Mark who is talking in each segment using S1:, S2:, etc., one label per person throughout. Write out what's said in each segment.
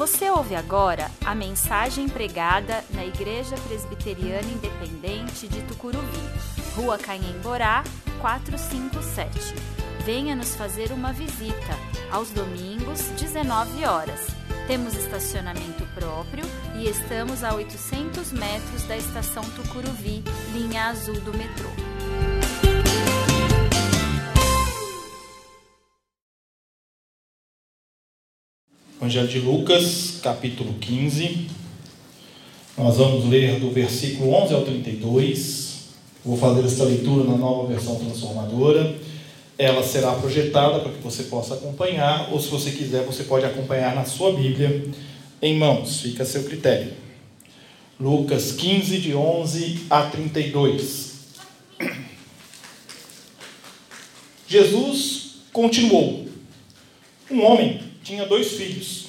S1: Você ouve agora a mensagem pregada na Igreja Presbiteriana Independente de Tucuruvi, Rua Canhemborá, 457. Venha nos fazer uma visita, aos domingos, 19 horas. Temos estacionamento próprio e estamos a 800 metros da estação Tucuruvi, linha azul do metrô.
S2: Evangelho de Lucas, capítulo 15. Nós vamos ler do versículo 11 ao 32. Vou fazer esta leitura na Nova Versão Transformadora. Ela será projetada para que você possa acompanhar, ou se você quiser, você pode acompanhar na sua Bíblia em mãos. Fica a seu critério. Lucas 15, de 11 a 32. Jesus continuou. Um homem tinha 2 filhos.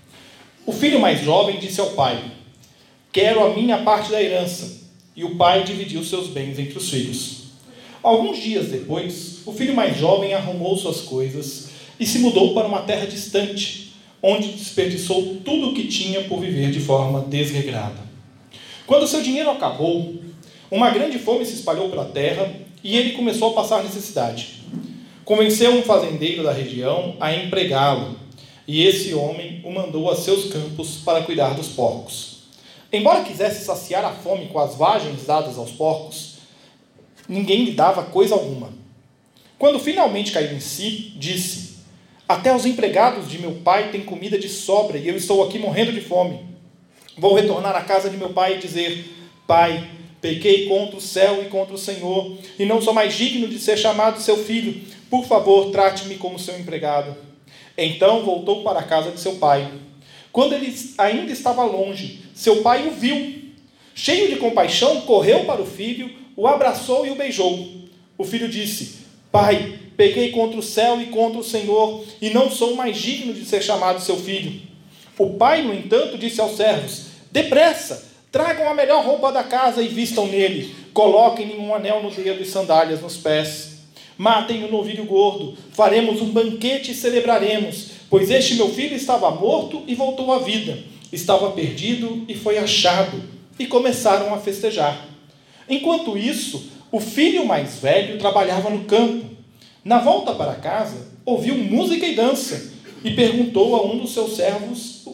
S2: O filho mais jovem disse ao pai: quero a minha parte da herança. E o pai dividiu seus bens entre os filhos. Alguns dias depois, o filho mais jovem arrumou suas coisas e se mudou para uma terra distante, onde desperdiçou tudo o que tinha por viver de forma desregrada. Quando seu dinheiro acabou, uma grande fome se espalhou pela terra e ele começou a passar necessidade. Convenceu um fazendeiro da região a empregá-lo, e esse homem o mandou a seus campos para cuidar dos porcos. Embora quisesse saciar a fome com as vagens dadas aos porcos, ninguém lhe dava coisa alguma. Quando finalmente caiu em si, disse: até os empregados de meu pai têm comida de sobra e eu estou aqui morrendo de fome. Vou retornar à casa de meu pai e dizer: pai, pequei contra o céu e contra o Senhor, e não sou mais digno de ser chamado seu filho. Por favor, trate-me como seu empregado. Então voltou para a casa de seu pai. Quando ele ainda estava longe, seu pai o viu. Cheio de compaixão, correu para o filho, o abraçou e o beijou. O filho disse: pai, pequei contra o céu e contra o Senhor, e não sou mais digno de ser chamado seu filho. O pai, no entanto, disse aos servos: depressa, tragam a melhor roupa da casa e vistam nele. Coloquem-lhe um anel no dedo e sandálias nos pés. Matem o novilho gordo, faremos um banquete e celebraremos, pois este meu filho estava morto e voltou à vida, estava perdido e foi achado, e começaram a festejar. Enquanto isso, o filho mais velho trabalhava no campo. Na volta para casa, ouviu música e dança, e perguntou a um dos servos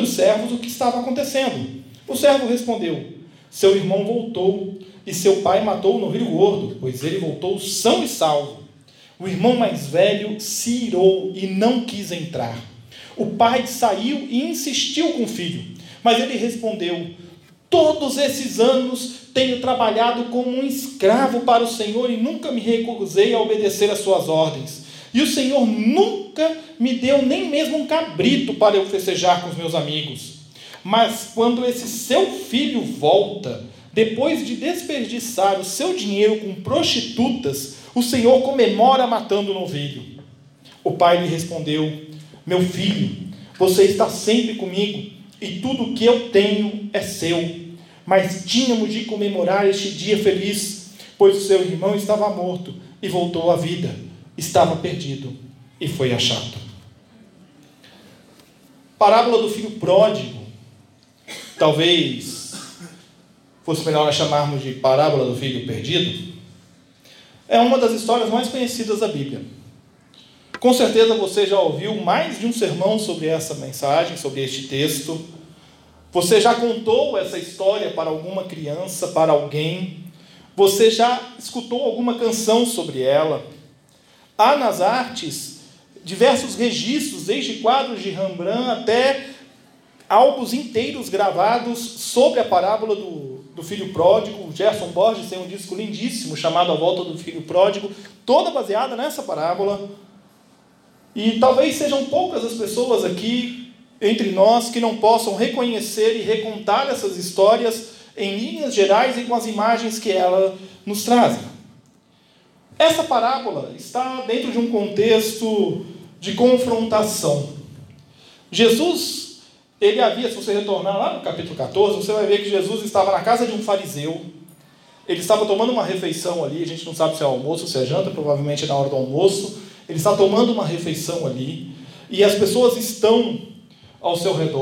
S2: o que estava acontecendo. O servo respondeu: seu irmão voltou, e seu pai matou o novilho gordo, pois ele voltou são e salvo. O irmão mais velho se irou e não quis entrar. O pai saiu e insistiu com o filho, mas ele respondeu: todos esses anos tenho trabalhado como um escravo para o Senhor e nunca me recusei a obedecer às suas ordens. E o Senhor nunca me deu nem mesmo um cabrito para eu festejar com os meus amigos. Mas quando esse seu filho volta, depois de desperdiçar o seu dinheiro com prostitutas, o Senhor comemora matando o novilho. O pai lhe respondeu: meu filho, você está sempre comigo, e tudo o que eu tenho é seu. Mas tínhamos de comemorar este dia feliz, pois o seu irmão estava morto e voltou à vida, estava perdido e foi achado. Parábola do filho pródigo. Talvez fosse melhor nós chamarmos de parábola do filho perdido. É uma das histórias mais conhecidas da Bíblia. Com certeza você já ouviu mais de um sermão sobre essa mensagem, sobre este texto. Você já contou essa história para alguma criança, para alguém. Você já escutou alguma canção sobre ela. Há nas artes diversos registros, desde quadros de Rembrandt até álbuns inteiros gravados sobre a parábola do filho pródigo. O Gerson Borges tem um disco lindíssimo chamado A Volta do Filho Pródigo, toda baseada nessa parábola. E talvez sejam poucas as pessoas aqui entre nós que não possam reconhecer e recontar essas histórias em linhas gerais e com as imagens que ela nos traz. Essa parábola está dentro de um contexto de confrontação. Jesus, ele havia, se você retornar lá no capítulo 14, você vai ver que Jesus estava na casa de um fariseu. Ele estava tomando uma refeição ali, a gente não sabe se é almoço ou se é janta, provavelmente é na hora do almoço. Ele está tomando uma refeição ali, e as pessoas estão ao seu redor,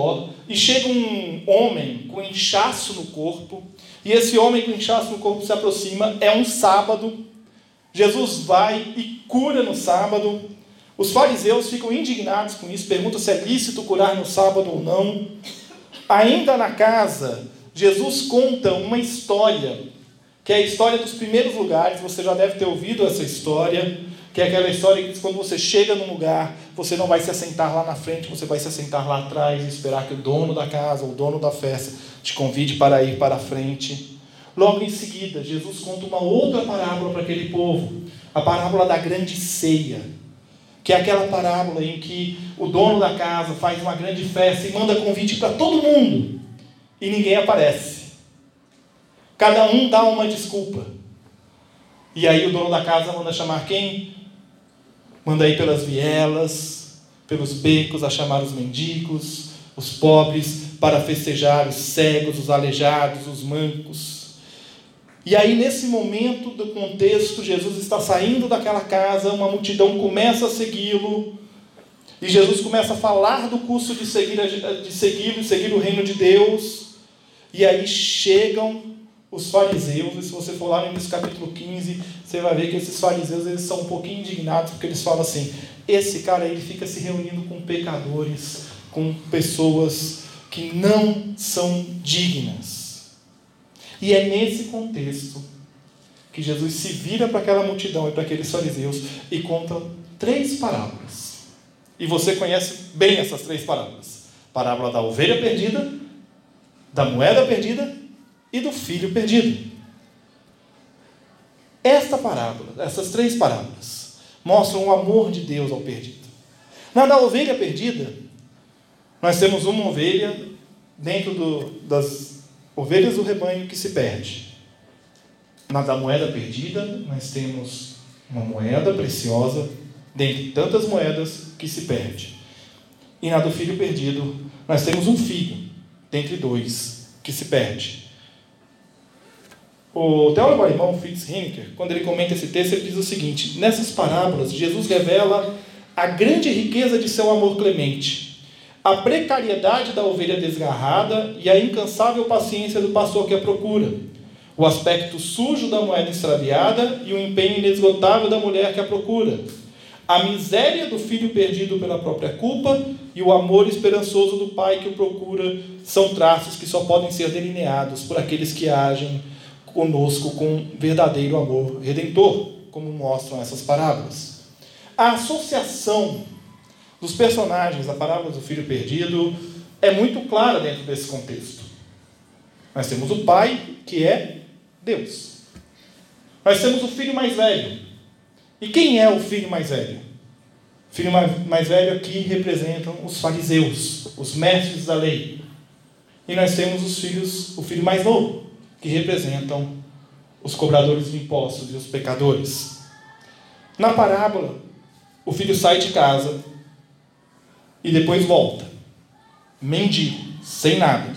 S2: e chega um homem com inchaço no corpo, e esse homem com inchaço no corpo se aproxima, é um sábado, Jesus vai e cura no sábado. Os fariseus ficam indignados com isso, perguntam se é lícito curar no sábado ou não. Ainda na casa, Jesus conta uma história, que é a história dos primeiros lugares. Você já deve ter ouvido essa história, que é aquela história que quando você chega num lugar, você não vai se assentar lá na frente, você vai se assentar lá atrás e esperar que o dono da casa, o dono da festa, te convide para ir para a frente. Logo em seguida, Jesus conta uma outra parábola para aquele povo, a parábola da grande ceia, que é aquela parábola em que o dono da casa faz uma grande festa e manda convite para todo mundo, e ninguém aparece. Cada um dá uma desculpa. E aí o dono da casa manda chamar quem? Manda ir pelas vielas, pelos becos, a chamar os mendigos, os pobres, para festejar os cegos, os aleijados, os mancos. E aí, nesse momento do contexto, Jesus está saindo daquela casa, uma multidão começa a segui-lo, e Jesus começa a falar do custo de segui-lo e seguir o reino de Deus. E aí chegam os fariseus, e se você for lá no início do capítulo 15, você vai ver que esses fariseus, eles são um pouquinho indignados, porque eles falam assim, esse cara ele fica se reunindo com pecadores, com pessoas que não são dignas. E é nesse contexto que Jesus se vira para aquela multidão e para aqueles fariseus e conta 3 parábolas. E você conhece bem essas 3 parábolas. Parábola da ovelha perdida, da moeda perdida e do filho perdido. Esta parábola, essas 3 parábolas, mostram o amor de Deus ao perdido. Na da ovelha perdida, nós temos uma ovelha dentro das ovelhas do rebanho que se perde. Na da moeda perdida, nós temos uma moeda preciosa dentre tantas moedas que se perde. E na do filho perdido, nós temos um filho dentre 2 que se perde. O teólogo alemão Fritz Heinecker, quando ele comenta esse texto, ele diz o seguinte: nessas parábolas, Jesus revela a grande riqueza de seu amor clemente, a precariedade da ovelha desgarrada e a incansável paciência do pastor que a procura, o aspecto sujo da moeda extraviada e o empenho inesgotável da mulher que a procura, a miséria do filho perdido pela própria culpa e o amor esperançoso do pai que o procura são traços que só podem ser delineados por aqueles que agem conosco com verdadeiro amor redentor, como mostram essas parábolas. A associação dos personagens da parábola do filho perdido é muito clara dentro desse contexto. Nós temos o pai, que é Deus. Nós temos o filho mais velho. E quem é o filho mais velho? O filho mais velho aqui representam os fariseus, os mestres da lei. E nós temos o filho mais novo, que representam os cobradores de impostos e os pecadores. Na parábola, o filho sai de casa e depois volta, mendigo, sem nada.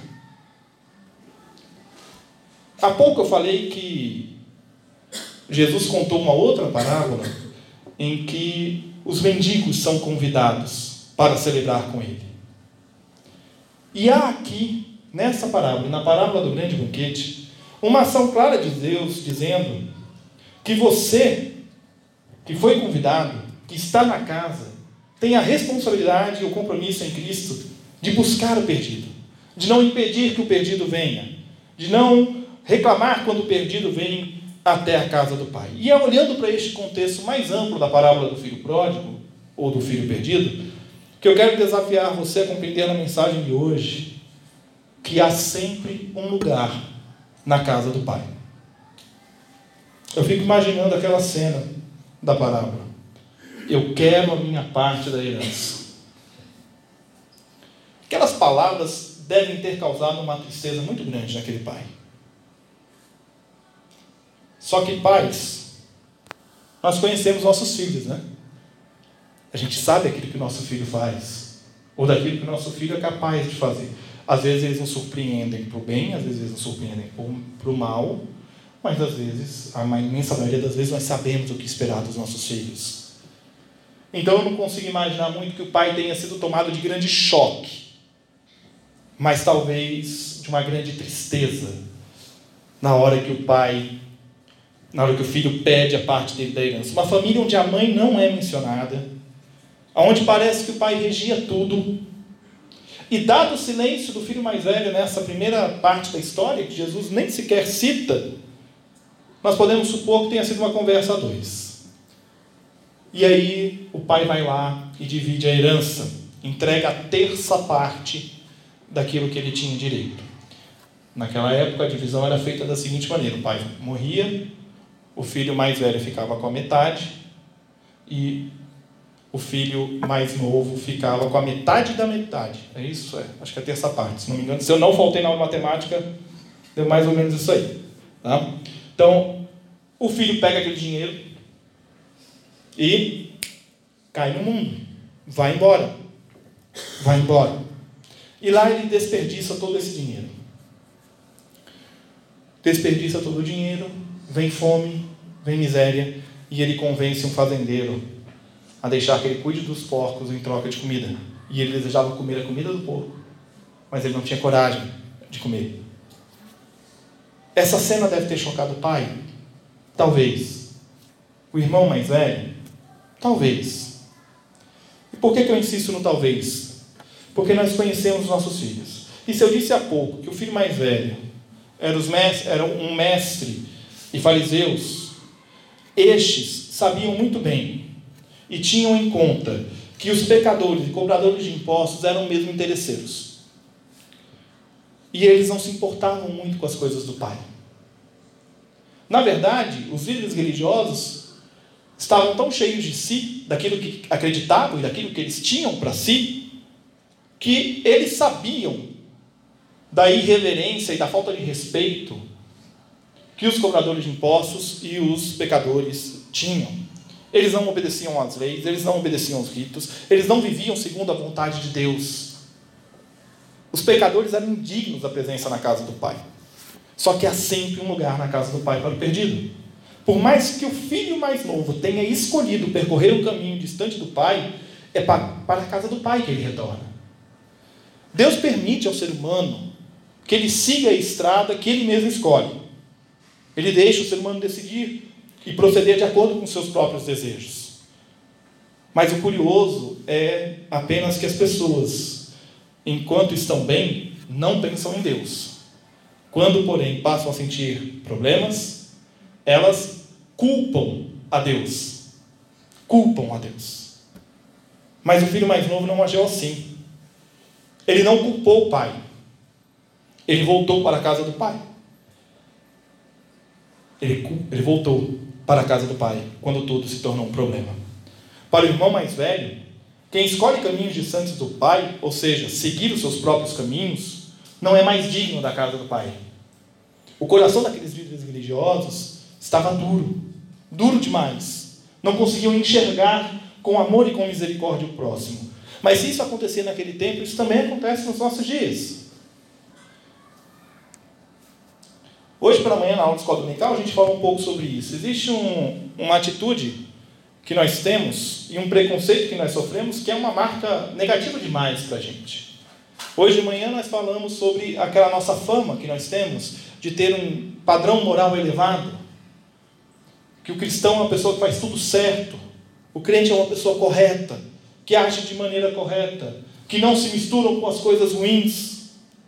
S2: Há pouco eu falei que Jesus contou uma outra parábola em que os mendigos são convidados para celebrar com ele. E há aqui, nessa parábola, na parábola do grande banquete, uma ação clara de Deus dizendo que você, que foi convidado, que está na casa, tem a responsabilidade e o compromisso em Cristo de buscar o perdido, de não impedir que o perdido venha, de não reclamar quando o perdido vem até a casa do Pai. E é olhando para este contexto mais amplo da parábola do filho pródigo, ou do filho perdido, que eu quero desafiar você a compreender na mensagem de hoje que há sempre um lugar na casa do Pai. Eu fico imaginando aquela cena da parábola. Eu quero a minha parte da herança. Aquelas palavras devem ter causado uma tristeza muito grande naquele pai. Só que pais, nós conhecemos nossos filhos, né? A gente sabe aquilo que o nosso filho faz, ou daquilo que o nosso filho é capaz de fazer. Às vezes eles nos surpreendem para o bem, às vezes eles nos surpreendem para o mal, mas às vezes, a imensa maioria das vezes, nós sabemos o que esperar dos nossos filhos. Então eu não consigo imaginar muito que o pai tenha sido tomado de grande choque mas talvez de uma grande tristeza na hora que o filho pede a parte dele da herança. Uma família onde a mãe não é mencionada, onde parece que o pai regia tudo. E dado o silêncio do filho mais velho nessa primeira parte da história, que Jesus nem sequer cita, nós podemos supor que tenha sido uma conversa a dois. E aí o pai vai lá e divide a herança, entrega a terça parte daquilo que ele tinha direito. Naquela época a divisão era feita da seguinte maneira: o pai morria, o filho mais velho ficava com a metade e o filho mais novo ficava com a metade da metade. É isso? Acho que é a terça parte, se não me engano. Se eu não faltei na aula de matemática, deu mais ou menos isso aí. Tá? Então, o filho pega aquele dinheiro e cai no mundo. Vai embora. Vai embora. E lá ele desperdiça todo esse dinheiro. Desperdiça todo o dinheiro, vem fome, vem miséria, e ele convence um fazendeiro a deixar que ele cuide dos porcos em troca de comida. E ele desejava comer a comida do porco, mas ele não tinha coragem de comer. Essa cena deve ter chocado o pai? Talvez. O irmão mais velho? Talvez. E por que eu insisto no talvez? Porque nós conhecemos os nossos filhos. E se eu disse há pouco que o filho mais velho era um mestre e fariseus, estes sabiam muito bem e tinham em conta que os pecadores e cobradores de impostos eram mesmo interesseiros. E eles não se importavam muito com as coisas do pai. Na verdade, os líderes religiosos estavam tão cheios de si, daquilo que acreditavam e daquilo que eles tinham para si, que eles sabiam da irreverência e da falta de respeito que os cobradores de impostos e os pecadores tinham. Eles não obedeciam às leis, eles não obedeciam aos ritos, eles não viviam segundo a vontade de Deus. Os pecadores eram indignos da presença na casa do Pai. Só que há sempre um lugar na casa do Pai para o perdido. Por mais que o filho mais novo tenha escolhido percorrer um caminho distante do Pai, é para a casa do Pai que ele retorna. Deus permite ao ser humano que ele siga a estrada que ele mesmo escolhe. Ele deixa o ser humano decidir e proceder de acordo com seus próprios desejos. Mas o curioso é apenas que as pessoas, enquanto estão bem, não pensam em Deus. Quando, porém, passam a sentir problemas, elas culpam a Deus. Culpam a Deus. Mas o filho mais novo não agiu assim. Ele não culpou o pai. Ele voltou para a casa do pai. Ele voltou para a casa do pai quando tudo se tornou um problema. Para o irmão mais velho, quem escolhe caminhos distantes do pai, ou seja, seguir os seus próprios caminhos, não é mais digno da casa do pai. O coração daqueles líderes religiosos estava duro demais. Não conseguiam enxergar com amor e com misericórdia o próximo. Mas se isso acontecia naquele tempo, isso também acontece nos nossos dias. Hoje pela manhã, na aula de escola dominical, a gente fala um pouco sobre isso. Existe uma atitude que nós temos e um preconceito que nós sofremos que é uma marca negativa demais para a gente. Hoje de manhã nós falamos sobre aquela nossa fama que nós temos de ter um padrão moral elevado, que o cristão é uma pessoa que faz tudo certo, o crente é uma pessoa correta, que age de maneira correta, que não se misturam com as coisas ruins.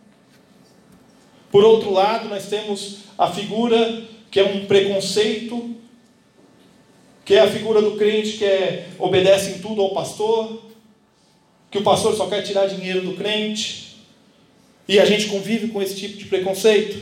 S2: Por outro lado, nós temos a figura que é um preconceito, que é a figura do crente que obedece em tudo ao pastor, que o pastor só quer tirar dinheiro do crente, e a gente convive com esse tipo de preconceito.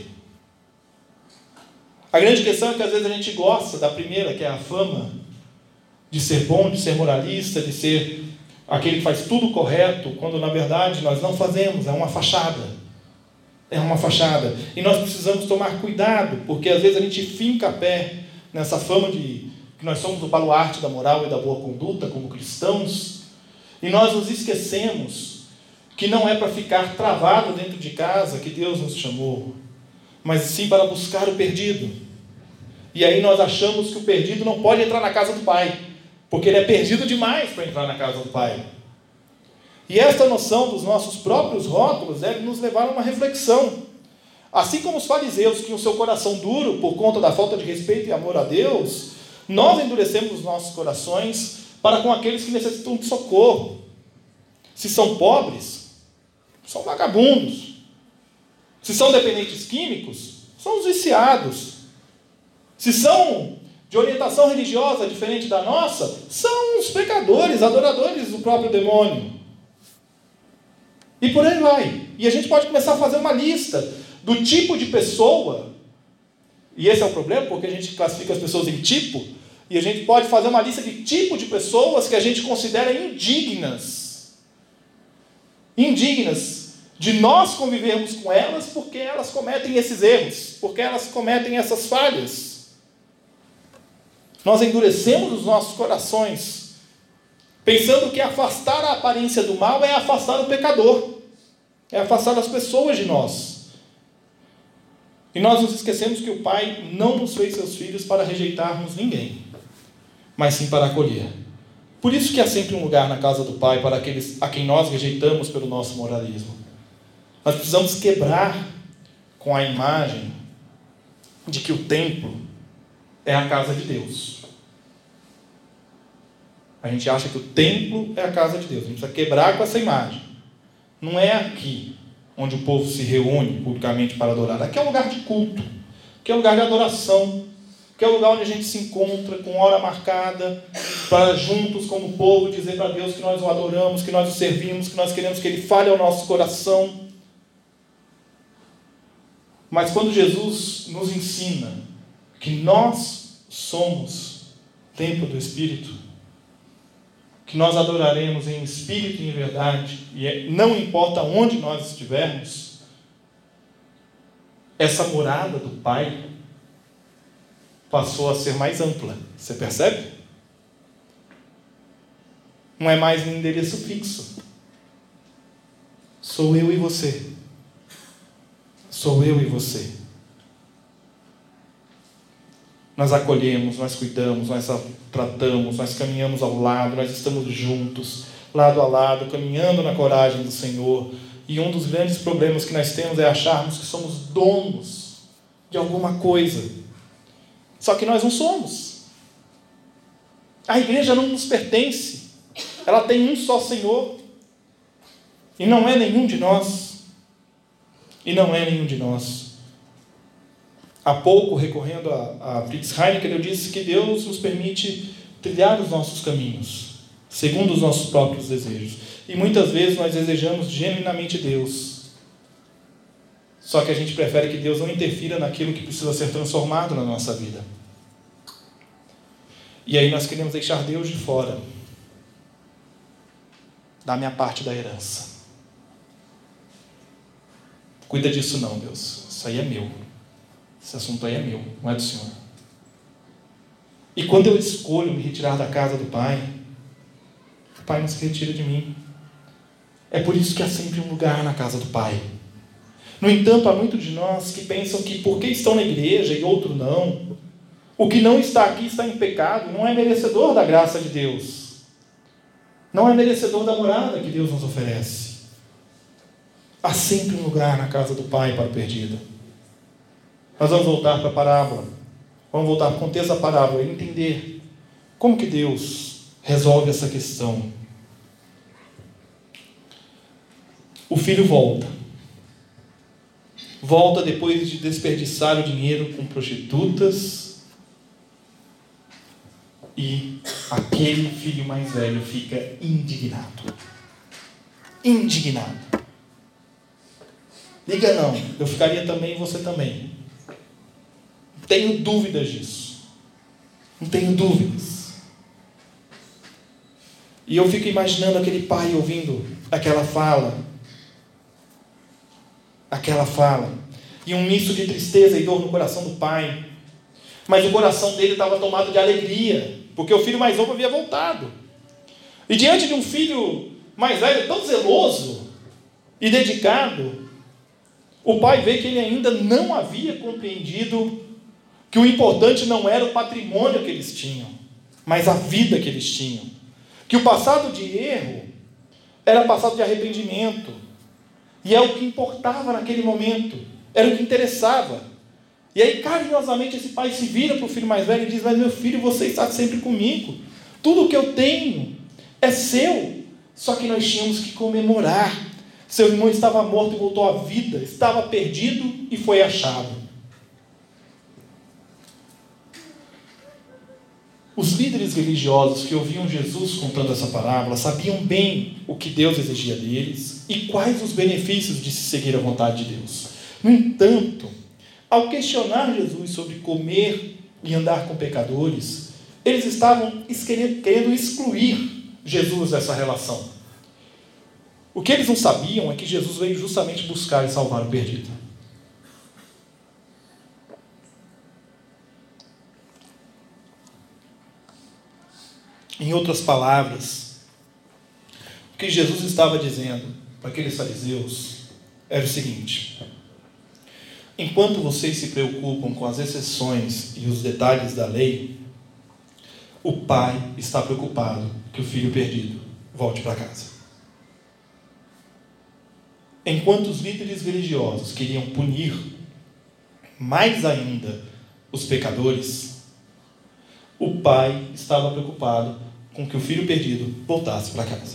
S2: A grande questão é que às vezes a gente gosta da primeira, que é a fama, de ser bom, de ser moralista, de ser aquele que faz tudo correto, quando na verdade nós não fazemos, é uma fachada. É uma fachada. E nós precisamos tomar cuidado, porque às vezes a gente finca a pé nessa fama de que nós somos o baluarte da moral e da boa conduta como cristãos, e nós nos esquecemos que não é para ficar travado dentro de casa que Deus nos chamou, mas sim para buscar o perdido. E aí nós achamos que o perdido não pode entrar na casa do Pai, porque ele é perdido demais para entrar na casa do Pai. E esta noção dos nossos próprios rótulos deve nos levar a uma reflexão. Assim como os fariseus tinham o seu coração duro por conta da falta de respeito e amor a Deus, nós endurecemos os nossos corações para com aqueles que necessitam de socorro. Se são pobres, são vagabundos. Se são dependentes químicos, são os viciados. Se são de orientação religiosa diferente da nossa, são os pecadores, adoradores do próprio demônio. E por aí vai. E a gente pode começar a fazer uma lista do tipo de pessoa, e esse é o problema, porque a gente classifica as pessoas em tipo, e a gente pode fazer uma lista de tipo de pessoas que a gente considera indignas. Indignas de nós convivermos com elas, porque elas cometem esses erros, porque elas cometem essas falhas. Nós endurecemos os nossos corações, pensando que afastar a aparência do mal é afastar o pecador, é afastar as pessoas de nós. E nós nos esquecemos que o Pai não nos fez seus filhos para rejeitarmos ninguém, mas sim para acolher. Por isso que há sempre um lugar na casa do Pai para aqueles a quem nós rejeitamos pelo nosso moralismo. Nós precisamos quebrar com a imagem de que o templo é a casa de Deus. A gente acha que o templo é a casa de Deus. A gente precisa quebrar com essa imagem. Não é aqui onde o povo se reúne publicamente para adorar. Aqui é um lugar de culto. Aqui é um lugar de adoração. Aqui é um lugar onde a gente se encontra com hora marcada para juntos como povo dizer para Deus que nós o adoramos, que nós o servimos, que nós queremos que Ele fale ao nosso coração. Mas quando Jesus nos ensina que nós somos templo do Espírito, que nós adoraremos em espírito e em verdade, e não importa onde nós estivermos, essa morada do Pai passou a ser mais ampla. Você percebe? Não é mais um endereço fixo. Sou eu e você. Sou eu e você. Nós acolhemos, nós cuidamos, nós tratamos, nós caminhamos ao lado, nós estamos juntos, lado a lado, caminhando na coragem do Senhor. E um dos grandes problemas que nós temos é acharmos que somos donos de alguma coisa. Só que nós não somos. A igreja não nos pertence. Ela tem um só Senhor. E não é nenhum de nós. E não é nenhum de nós. Há pouco, recorrendo a Fritz Heinecker, eu disse que Deus nos permite trilhar os nossos caminhos, segundo os nossos próprios desejos. E muitas vezes nós desejamos genuinamente Deus. Só que a gente prefere que Deus não interfira naquilo que precisa ser transformado na nossa vida. E aí nós queremos deixar Deus de fora. Da minha parte da herança. Cuida disso não, Deus. Isso aí é meu. Esse assunto aí é meu, não é do Senhor. E quando eu escolho me retirar da casa do Pai, o Pai não se retira de mim. É por isso que há sempre um lugar na casa do Pai. No entanto, há muitos de nós que pensam que porque estão na igreja e outro não, o que não está aqui está em pecado, não é merecedor da graça de Deus. Não é merecedor da morada que Deus nos oferece. Há sempre um lugar na casa do Pai para o perdido. Nós vamos voltar para a parábola. Vamos voltar para o contexto da parábola e entender como que Deus resolve essa questão. O filho volta. Volta depois de desperdiçar o dinheiro com prostitutas. E aquele filho mais velho fica indignado. Indignado. Liga não, eu ficaria também e você também. Tenho dúvidas disso. Não tenho dúvidas. E eu fico imaginando aquele pai ouvindo aquela fala. Aquela fala. E um misto de tristeza e dor no coração do pai. Mas o coração dele estava tomado de alegria, porque o filho mais novo havia voltado. E diante de um filho mais velho, tão zeloso e dedicado, o pai vê que ele ainda não havia compreendido que o importante não era o patrimônio que eles tinham, mas a vida que eles tinham. Que o passado de erro era passado de arrependimento. E é o que importava naquele momento, era o que interessava. E aí, carinhosamente, esse pai se vira para o filho mais velho e diz: mas meu filho, você está sempre comigo. Tudo o que eu tenho é seu. Só que nós tínhamos que comemorar. Seu irmão estava morto e voltou à vida. Estava perdido e foi achado. Os líderes religiosos que ouviam Jesus contando essa parábola sabiam bem o que Deus exigia deles e quais os benefícios de se seguir a vontade de Deus. No entanto, ao questionar Jesus sobre comer e andar com pecadores, eles estavam querendo excluir Jesus dessa relação. O que eles não sabiam é que Jesus veio justamente buscar e salvar o perdido. Em outras palavras, o que Jesus estava dizendo para aqueles fariseus era o seguinte: enquanto vocês se preocupam com as exceções e os detalhes da lei, o pai está preocupado que o filho perdido volte para casa. Enquanto os líderes religiosos queriam punir mais ainda os pecadores, o pai estava preocupado com que o filho perdido voltasse para casa.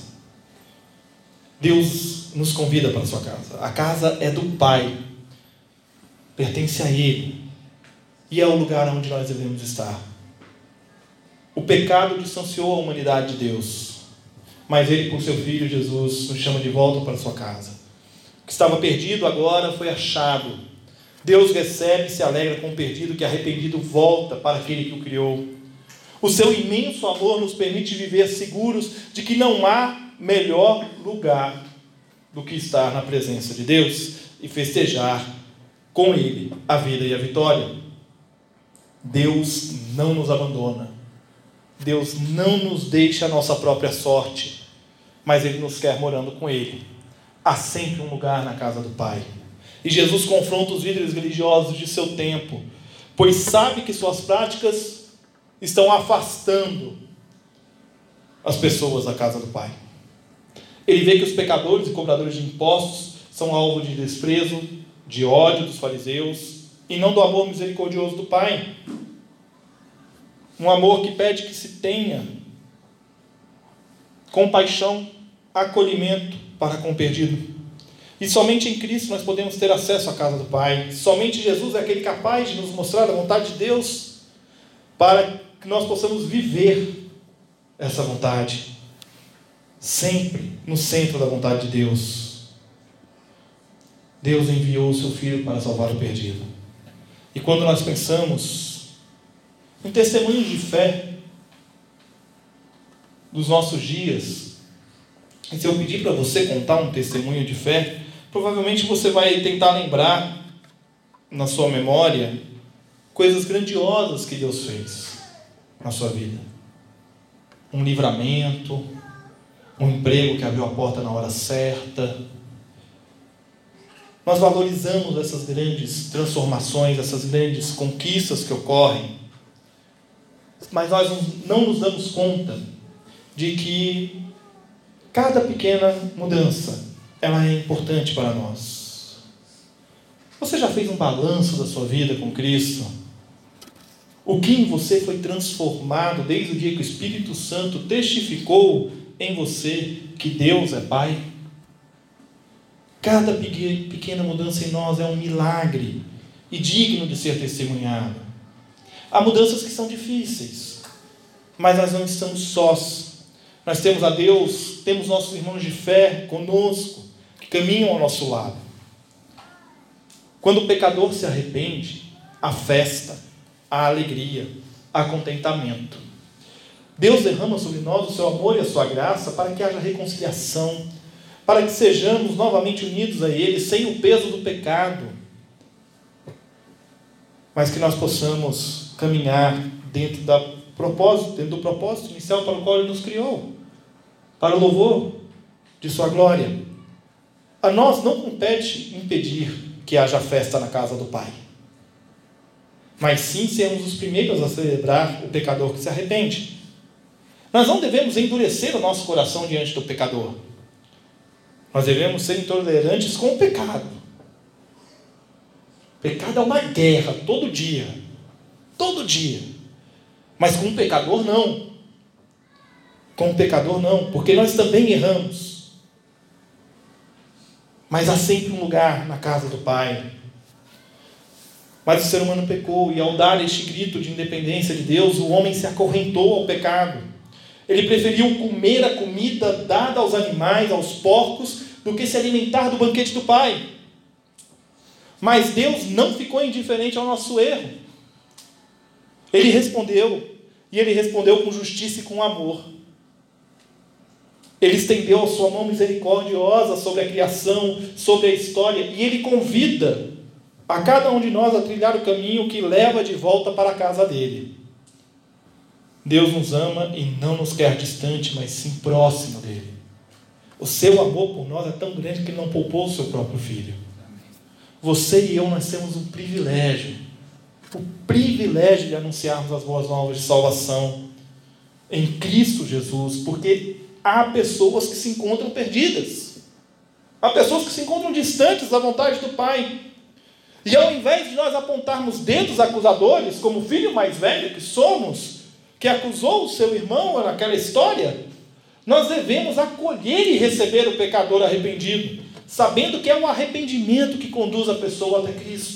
S2: Deus nos convida para a sua casa. A casa é do Pai, pertence a Ele, e é o lugar onde nós devemos estar. O pecado distanciou a humanidade de Deus, mas Ele, por seu Filho Jesus, nos chama de volta para a sua casa. O que estava perdido agora foi achado. Deus recebe e se alegra com o perdido que, arrependido, volta para aquele que o criou. O seu imenso amor nos permite viver seguros de que não há melhor lugar do que estar na presença de Deus e festejar com Ele a vida e a vitória. Deus não nos abandona. Deus não nos deixa a nossa própria sorte, mas Ele nos quer morando com Ele. Há sempre um lugar na casa do Pai. E Jesus confronta os líderes religiosos de seu tempo, pois sabe que suas práticas estão afastando as pessoas da casa do Pai. Ele vê que os pecadores e cobradores de impostos são alvo de desprezo, de ódio dos fariseus, e não do amor misericordioso do Pai. Um amor que pede que se tenha compaixão, acolhimento para com o perdido. E somente em Cristo nós podemos ter acesso à casa do Pai. Somente Jesus é aquele capaz de nos mostrar a vontade de Deus, para que nós possamos viver essa vontade, sempre no centro da vontade de Deus. Deus enviou o seu Filho para salvar o perdido. E quando nós pensamos em testemunhos de fé dos nossos dias, e se eu pedir para você contar um testemunho de fé, provavelmente você vai tentar lembrar na sua memória coisas grandiosas que Deus fez na sua vida. Um livramento, um emprego que abriu a porta na hora certa. Nós valorizamos essas grandes transformações, essas grandes conquistas que ocorrem, mas nós não nos damos conta de que cada pequena mudança, ela é importante para nós. Você já fez um balanço da sua vida com Cristo? O que em você foi transformado desde o dia que o Espírito Santo testificou em você que Deus é Pai? Cada pequena mudança em nós é um milagre e digno de ser testemunhado. Há mudanças que são difíceis, mas nós não estamos sós. Nós temos a Deus, temos nossos irmãos de fé conosco, que caminham ao nosso lado. Quando o pecador se arrepende, há festa, há alegria, há contentamento. Deus derrama sobre nós o seu amor e a sua graça para que haja reconciliação, para que sejamos novamente unidos a Ele, sem o peso do pecado, mas que nós possamos caminhar dentro do propósito inicial para o qual Ele nos criou, para o louvor de sua glória. A nós não compete impedir que haja festa na casa do Pai, mas sim sermos os primeiros a celebrar o pecador que se arrepende. Nós não devemos endurecer o nosso coração diante do pecador, Nós devemos ser intolerantes com o pecado. O pecado é uma guerra, todo dia. Todo dia. Mas com o pecador não. Com o pecador não, porque nós também erramos. Mas há sempre um lugar na casa do Pai. Mas o ser humano pecou, e ao dar este grito de independência de Deus, o homem se acorrentou ao pecado. Ele preferiu comer a comida dada aos animais, aos porcos, do que se alimentar do banquete do Pai. Mas Deus não ficou indiferente ao nosso erro. Ele respondeu, e Ele respondeu com justiça e com amor. Ele estendeu a sua mão misericordiosa sobre a criação, sobre a história, e Ele convida a cada um de nós a trilhar o caminho que leva de volta para a casa dele. Deus nos ama e não nos quer distante, mas sim próximo dele. O seu amor por nós é tão grande que ele não poupou o seu próprio filho. Você e eu, nós temos um privilégio. O privilégio de anunciarmos as boas novas de salvação em Cristo Jesus, porque há pessoas que se encontram perdidas. Há pessoas que se encontram distantes da vontade do Pai. E ao invés de nós apontarmos dedos acusadores, como o filho mais velho que somos, que acusou o seu irmão naquela história, nós devemos acolher e receber o pecador arrependido, sabendo que é o arrependimento que conduz a pessoa até Cristo.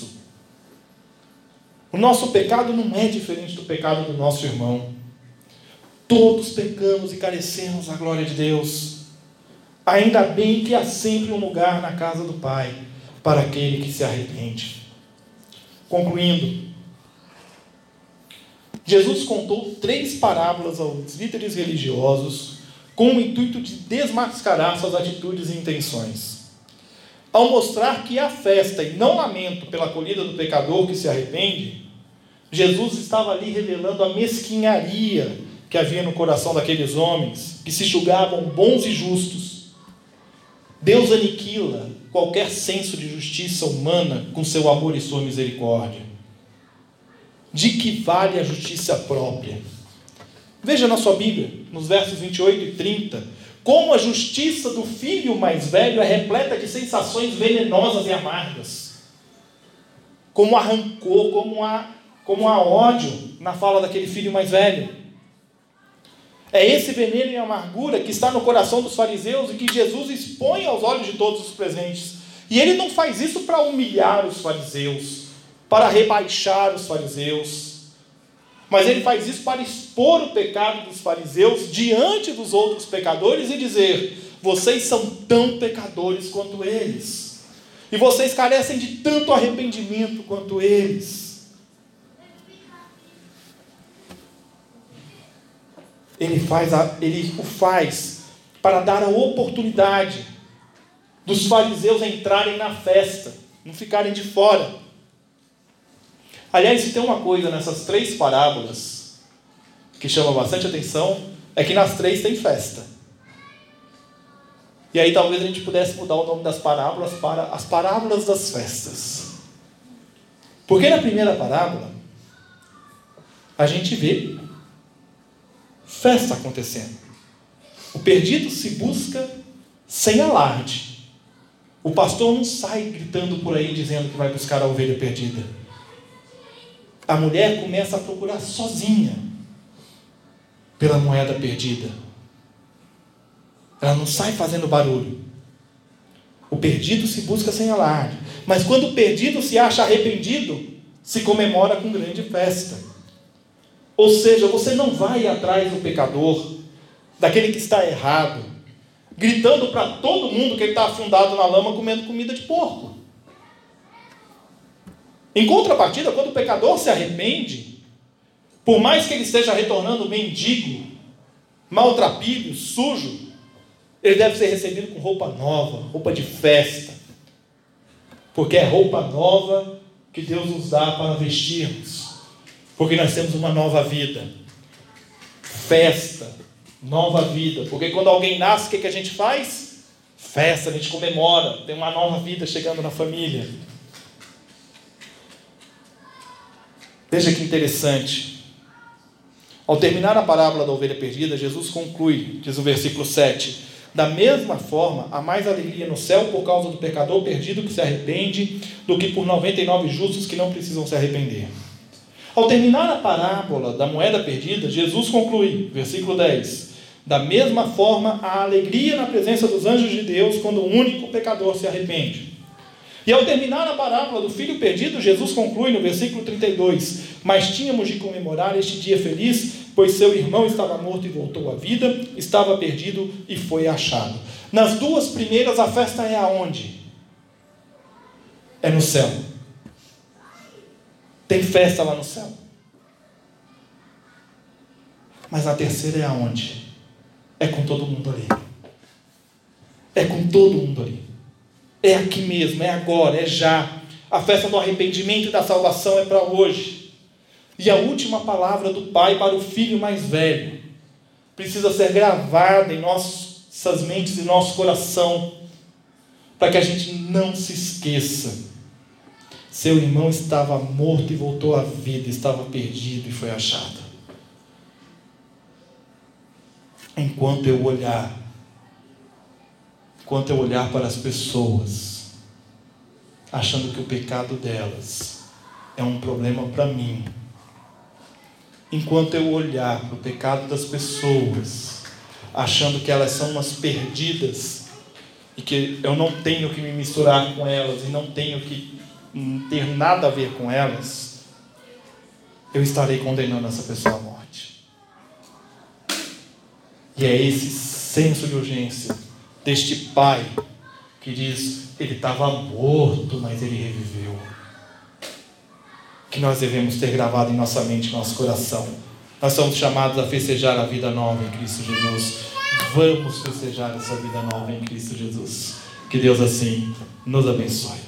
S2: O nosso pecado não é diferente do pecado do nosso irmão. Todos pecamos e carecemos da glória de Deus. Ainda bem que há sempre um lugar na casa do Pai para aquele que se arrepende. Concluindo, Jesus contou 3 parábolas aos líderes religiosos com o intuito de desmascarar suas atitudes e intenções. Ao mostrar que há festa e não lamento pela acolhida do pecador que se arrepende, Jesus estava ali revelando a mesquinharia que havia no coração daqueles homens que se julgavam bons e justos. Deus aniquila qualquer senso de justiça humana com seu amor e sua misericórdia. De que vale a justiça própria? Veja na sua Bíblia, nos versos 28 e 30, como a justiça do filho mais velho é repleta de sensações venenosas e amargas. Como há rancor, como há ódio na fala daquele filho mais velho. É esse veneno e amargura que está no coração dos fariseus e que Jesus expõe aos olhos de todos os presentes. E ele não faz isso para humilhar os fariseus, para rebaixar os fariseus, mas ele faz isso para expor o pecado dos fariseus diante dos outros pecadores e dizer: vocês são tão pecadores quanto eles, e vocês carecem de tanto arrependimento quanto eles. Ele o faz para dar a oportunidade dos fariseus entrarem na festa, não ficarem de fora. Aliás, se tem uma coisa nessas 3 parábolas que chama bastante atenção, é que nas 3 tem festa. E aí talvez a gente pudesse mudar o nome das parábolas para as parábolas das festas. Porque na primeira parábola, a gente vê festa acontecendo. O perdido se busca sem alarde. O pastor não sai gritando por aí dizendo que vai buscar a ovelha perdida. A mulher começa a procurar sozinha pela moeda perdida. Ela não sai fazendo barulho. O perdido se busca sem alarde. Mas quando o perdido se acha arrependido, se comemora com grande festa. Ou seja, você não vai atrás do pecador, daquele que está errado, gritando para todo mundo que ele está afundado na lama comendo comida de porco. Em contrapartida, quando o pecador se arrepende, por mais que ele esteja retornando mendigo, maltrapilho, sujo, ele deve ser recebido com roupa nova, roupa de festa, porque é roupa nova que Deus nos dá para vestirmos, porque nós temos uma nova vida. Festa, nova vida, porque quando alguém nasce, o que a gente faz? Festa, a gente comemora, tem uma nova vida chegando na família. Veja que interessante. Ao terminar a parábola da ovelha perdida, Jesus conclui, diz o versículo 7, Da mesma forma, há mais alegria no céu por causa do pecador perdido que se arrepende do que por 99 justos que não precisam se arrepender. Ao terminar a parábola da moeda perdida, Jesus conclui, versículo 10, da mesma forma, há alegria na presença dos anjos de Deus quando um único pecador se arrepende. E ao terminar a parábola do filho perdido, Jesus conclui no versículo 32, mas tínhamos de comemorar este dia feliz, pois seu irmão estava morto e voltou à vida, estava perdido e foi achado. Nas duas primeiras, a festa é aonde? É no céu. Tem festa lá no céu. Mas na terceira é aonde? É com todo mundo ali. É com todo mundo ali. É aqui mesmo, é agora, é já. A festa do arrependimento e da salvação é para hoje. E a última palavra do pai para o filho mais velho precisa ser gravada em nossas mentes e nosso coração, para que a gente não se esqueça. Seu irmão estava morto e voltou à vida, estava perdido e foi achado. Enquanto eu olhar para as pessoas, achando que o pecado delas é um problema para mim, enquanto eu olhar para o pecado das pessoas, achando que elas são umas perdidas, e que eu não tenho que me misturar com elas, e não tenho que ter nada a ver com elas, eu estarei condenando essa pessoa à morte. E é esse senso de urgência deste pai que diz, ele estava morto, mas ele reviveu, que nós devemos ter gravado em nossa mente, em nosso coração. Nós somos chamados a festejar a vida nova em Cristo Jesus. Vamos festejar essa vida nova em Cristo Jesus. Que Deus assim nos abençoe.